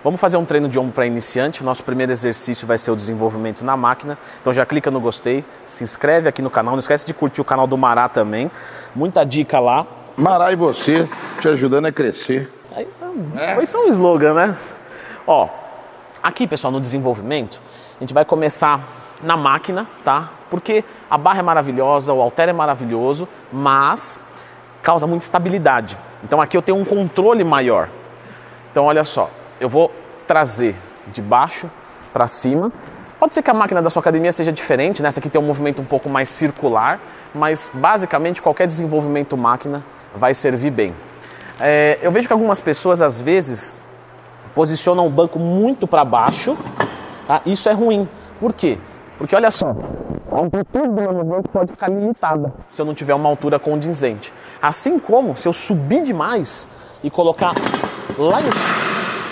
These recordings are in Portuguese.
Vamos fazer um treino de ombro para iniciante. O nosso primeiro exercício vai ser o desenvolvimento na máquina. Então já clica no gostei, se inscreve aqui no canal. Não esquece de curtir o canal do Mará também. Muita dica lá. Mará e você, te ajudando a crescer. Foi só um slogan, né? Ó, aqui, pessoal, no desenvolvimento, a gente vai começar na máquina, tá? Porque a barra é maravilhosa, o halter é maravilhoso, mas causa muita estabilidade. Então aqui eu tenho um controle maior. Então olha só, eu vou trazer de baixo para cima. Pode ser que a máquina da sua academia seja diferente, né? Essa aqui tem um movimento um pouco mais circular, mas basicamente qualquer desenvolvimento máquina vai servir bem. Eu vejo que algumas pessoas às vezes posicionam o banco muito para baixo, tá? Isso é ruim. Por quê? Porque olha só, a amplitude do meu movimento pode ficar limitada se eu não tiver uma altura condizente. Assim como se eu subir demais e colocar lá em cima.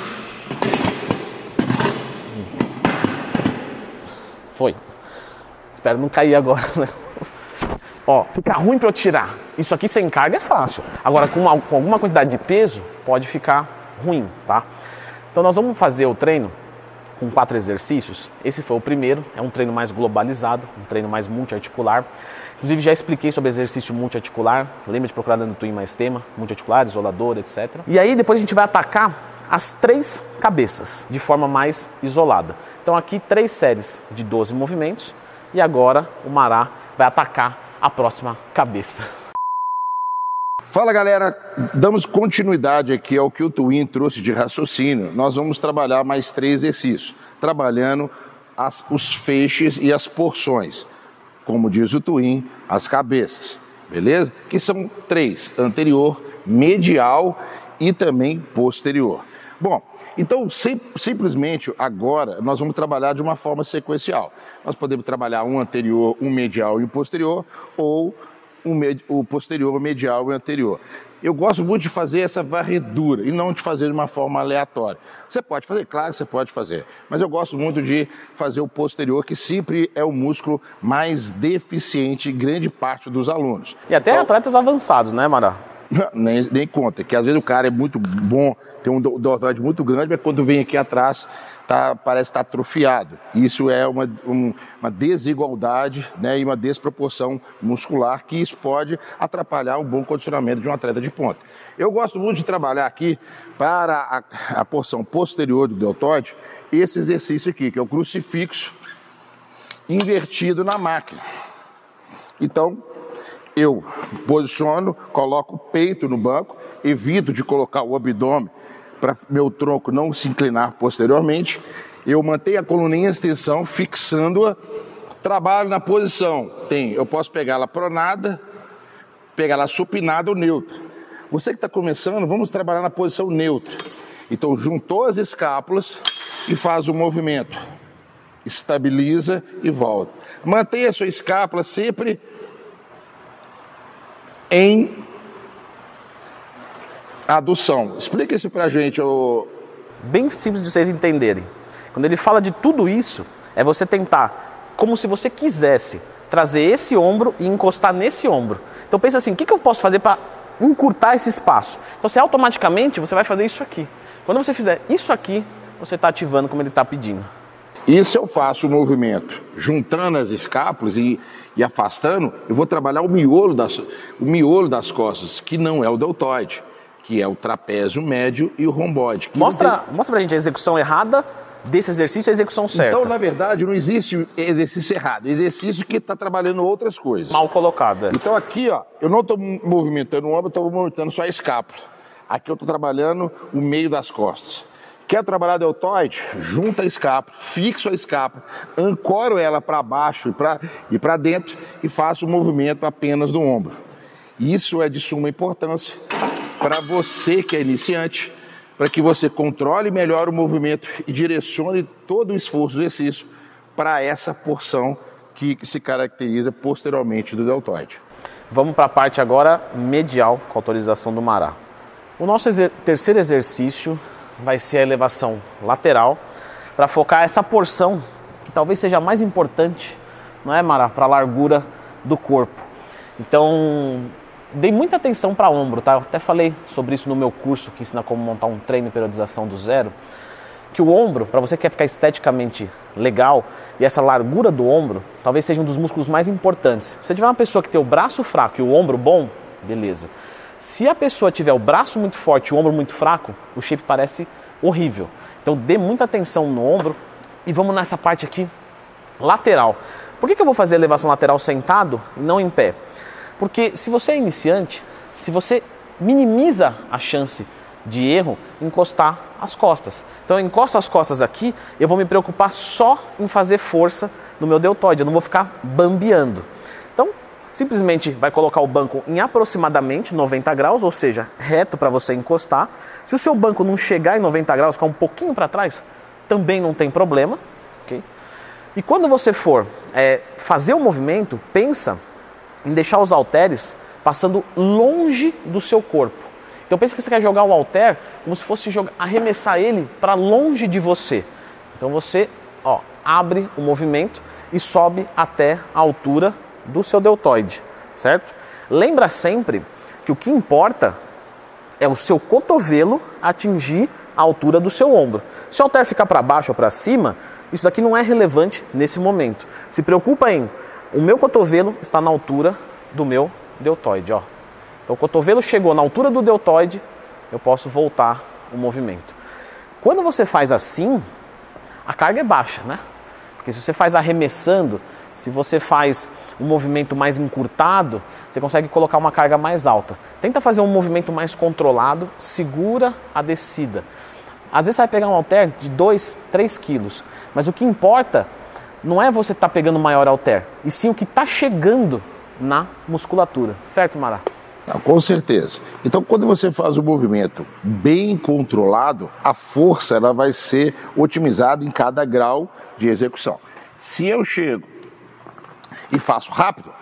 Foi. Espero não cair agora, né? Ó, fica ruim para eu tirar. Isso aqui sem carga é fácil. Agora, com alguma quantidade de peso, pode ficar ruim, tá? Então nós vamos fazer o treino com 4 exercícios. Esse foi o primeiro, é um treino mais globalizado, um treino mais multiarticular. Inclusive já expliquei sobre exercício multiarticular, lembra de procurar dentro do Twin mais tema, multiarticular, isolador, etc. E aí depois a gente vai atacar as 3 cabeças, de forma mais isolada. Então aqui 3 séries de 12 movimentos, e agora o Mará vai atacar a próxima cabeça. Fala galera, damos continuidade aqui ao que o Twin trouxe de raciocínio. Nós vamos trabalhar mais 3 exercícios, trabalhando os feixes e as porções. Como diz o Twin, as cabeças, beleza? Que são 3, anterior, medial e também posterior. Bom, então simplesmente agora nós vamos trabalhar de uma forma sequencial. Nós podemos trabalhar um anterior, um medial e um posterior, ou o posterior, o medial e o anterior. Eu gosto muito de fazer essa varredura e não de fazer de uma forma aleatória. Você pode fazer? Claro que você pode fazer. Mas eu gosto muito de fazer o posterior, que sempre é o músculo mais deficiente em grande parte dos alunos. E até então, atletas avançados, né, Mará? Nem conta, que às vezes o cara é muito bom, tem um deltoide muito grande, mas quando vem aqui atrás parece estar atrofiado. Isso é uma desigualdade, né, e uma desproporção muscular, que isso pode atrapalhar o bom condicionamento de um atleta de ponta. Eu gosto muito de trabalhar aqui para a porção posterior do deltoide, esse exercício aqui, que é o crucifixo invertido na máquina. Então, eu posiciono, coloco o peito no banco, evito de colocar o abdômen para meu tronco não se inclinar posteriormente. Eu mantenho a coluna em extensão, fixando-a, trabalho na posição. Eu posso pegá-la pronada, pegá-la supinada ou neutra. Você que está começando, vamos trabalhar na posição neutra. Então, juntou as escápulas e faz o movimento. Estabiliza e volta. Mantenha a sua escápula sempre em adução. Explica isso pra gente. Bem simples de vocês entenderem. Quando ele fala de tudo isso, é você tentar, como se você quisesse, trazer esse ombro e encostar nesse ombro. Então pensa assim, o que eu posso fazer para encurtar esse espaço? Então automaticamente você vai fazer isso aqui. Quando você fizer isso aqui, você está ativando como ele está pedindo. E se eu faço o movimento juntando as escápulas e afastando, eu vou trabalhar o miolo das costas, que não é o deltoide, que é o trapézio médio e o romboide. Mostra pra gente a execução errada desse exercício e a execução certa. Então, na verdade, não existe exercício errado, exercício que está trabalhando outras coisas. Mal colocado, é. Então aqui, ó, eu não estou movimentando o ombro, estou movimentando só a escápula. Aqui eu estou trabalhando o meio das costas. Quer trabalhar deltoide? Junta a escápula, fixo a escápula, ancoro ela para baixo e para dentro e faço o movimento apenas do ombro. Isso é de suma importância para você que é iniciante, para que você controle melhor o movimento e direcione todo o esforço do exercício para essa porção que se caracteriza posteriormente do deltoide. Vamos para a parte agora medial, com a autorização do Mará. O nosso terceiro exercício vai ser a elevação lateral, para focar essa porção, que talvez seja a mais importante, não é, Mará, para a largura do corpo. Então, dei muita atenção para ombro, tá? Eu até falei sobre isso no meu curso, que ensina como montar um treino de periodização do zero. que o ombro, para você que quer ficar esteticamente legal, e essa largura do ombro, talvez seja um dos músculos mais importantes. Se você tiver uma pessoa que tem o braço fraco e o ombro bom, beleza. Se a pessoa tiver o braço muito forte e o ombro muito fraco, o shape parece horrível. Então dê muita atenção no ombro e vamos nessa parte aqui, lateral. Por que eu vou fazer elevação lateral sentado e não em pé? Porque se você é iniciante, se você minimiza a chance de erro, encostar as costas. Então eu encosto as costas aqui, eu vou me preocupar só em fazer força no meu deltoide, eu não vou ficar bambeando. Então, simplesmente vai colocar o banco em aproximadamente 90 graus, ou seja, reto para você encostar. Se o seu banco não chegar em 90 graus, ficar um pouquinho para trás, também não tem problema. Okay? E quando você for fazer o movimento, pensa em deixar os halteres passando longe do seu corpo. Então pensa que você quer jogar o halter como se fosse arremessar ele para longe de você. Então você abre o movimento e sobe até a altura do seu deltoide, certo? Lembra sempre que o que importa é o seu cotovelo atingir a altura do seu ombro. Se o halter ficar para baixo ou para cima, isso daqui não é relevante nesse momento. Se preocupa em o meu cotovelo está na altura do meu deltoide, ó. Então o cotovelo chegou na altura do deltoide, eu posso voltar o movimento. Quando você faz assim, a carga é baixa, né? Porque se você faz arremessando, se você faz um movimento mais encurtado, você consegue colocar uma carga mais alta. Tenta fazer um movimento mais controlado, segura a descida. Às vezes você vai pegar um halter de 2, 3 quilos, mas o que importa não é você estar pegando maior halter, e sim o que está chegando na musculatura. Certo, Mara? Com certeza. Então, quando você faz o movimento bem controlado, a força ela vai ser otimizada em cada grau de execução. Se eu chego e faço rápido,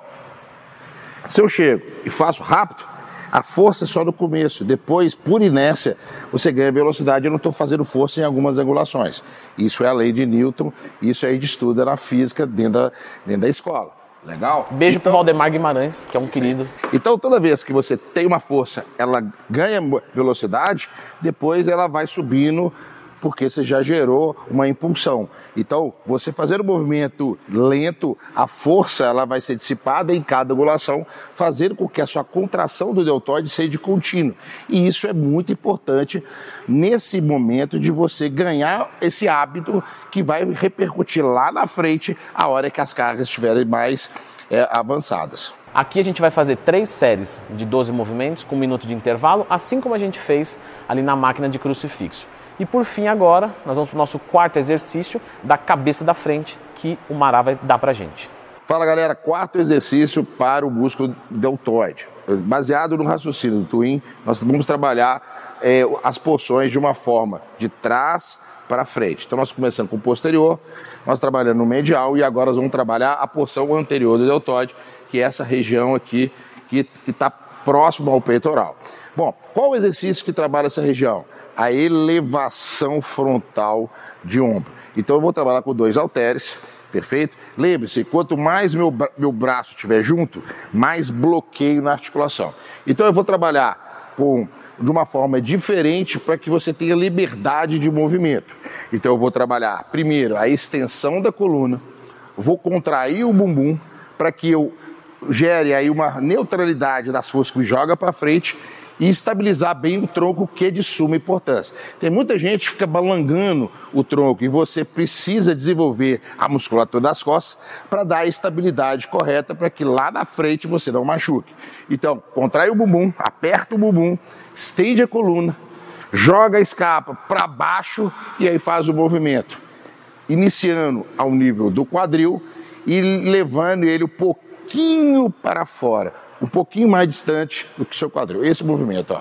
se eu chego e faço rápido, a força é só no começo. Depois, por inércia, você ganha velocidade. Eu não estou fazendo força em algumas angulações. Isso é a lei de Newton, isso aí de estuda na física dentro da escola. Legal? Beijo pro Valdemar Guimarães, que é um querido. Então, toda vez que você tem uma força, ela ganha velocidade, depois ela vai subindo, porque você já gerou uma impulsão. Então, você fazer um movimento lento, a força ela vai ser dissipada em cada angulação, fazendo com que a sua contração do deltoide seja contínua. E isso é muito importante nesse momento de você ganhar esse hábito que vai repercutir lá na frente, a hora que as cargas estiverem mais avançadas. Aqui a gente vai fazer 3 séries de 12 movimentos com 1 minuto de intervalo, assim como a gente fez ali na máquina de crucifixo. E por fim agora, nós vamos para o nosso 4º exercício da cabeça da frente, que o Mará vai dar para a gente. Fala galera, 4º exercício para o músculo deltoide. Baseado no raciocínio do Twin, nós vamos trabalhar as porções de uma forma de trás para frente. Então nós começamos com o posterior, nós trabalhando no medial e agora nós vamos trabalhar a porção anterior do deltoide, que é essa região aqui que está próximo ao peitoral. Bom, qual o exercício que trabalha essa região? A elevação frontal de ombro. Então eu vou trabalhar com 2 halteres, perfeito? Lembre-se, quanto mais meu braço estiver junto, mais bloqueio na articulação. Então eu vou trabalhar de uma forma diferente para que você tenha liberdade de movimento. Então eu vou trabalhar primeiro a extensão da coluna, vou contrair o bumbum para que eu gere aí uma neutralidade das forças que me joga para frente e estabilizar bem o tronco, que é de suma importância. Tem muita gente que fica balangando o tronco e você precisa desenvolver a musculatura das costas para dar a estabilidade correta para que lá na frente você não machuque. Então, contrai o bumbum, aperta o bumbum, estende a coluna, joga a escapa para baixo e aí faz o movimento, iniciando ao nível do quadril e levando ele um pouquinho para fora, um pouquinho mais distante do que o seu quadril. Esse movimento, ó.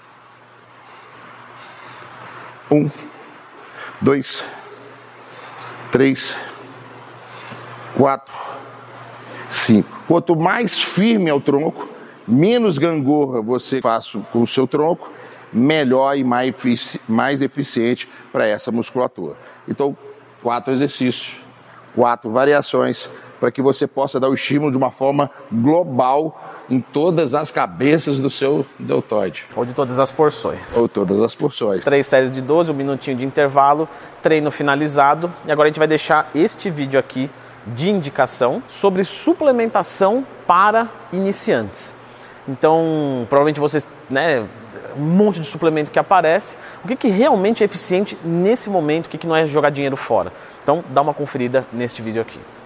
1, 2, 3, 4, 5. Quanto mais firme é o tronco, menos gangorra você faz com o seu tronco, melhor e mais eficiente para essa musculatura. Então, 4 exercícios 4 variações para que você possa dar o estímulo de uma forma global em todas as cabeças do seu deltoide. Ou de todas as porções. Ou todas as porções. 3 séries de 12, 1 minutinho de intervalo, treino finalizado. E agora a gente vai deixar este vídeo aqui de indicação sobre suplementação para iniciantes. Então, provavelmente vocês, né, um monte de suplemento que aparece. O que realmente é eficiente nesse momento, o que não é jogar dinheiro fora. Então, dá uma conferida neste vídeo aqui.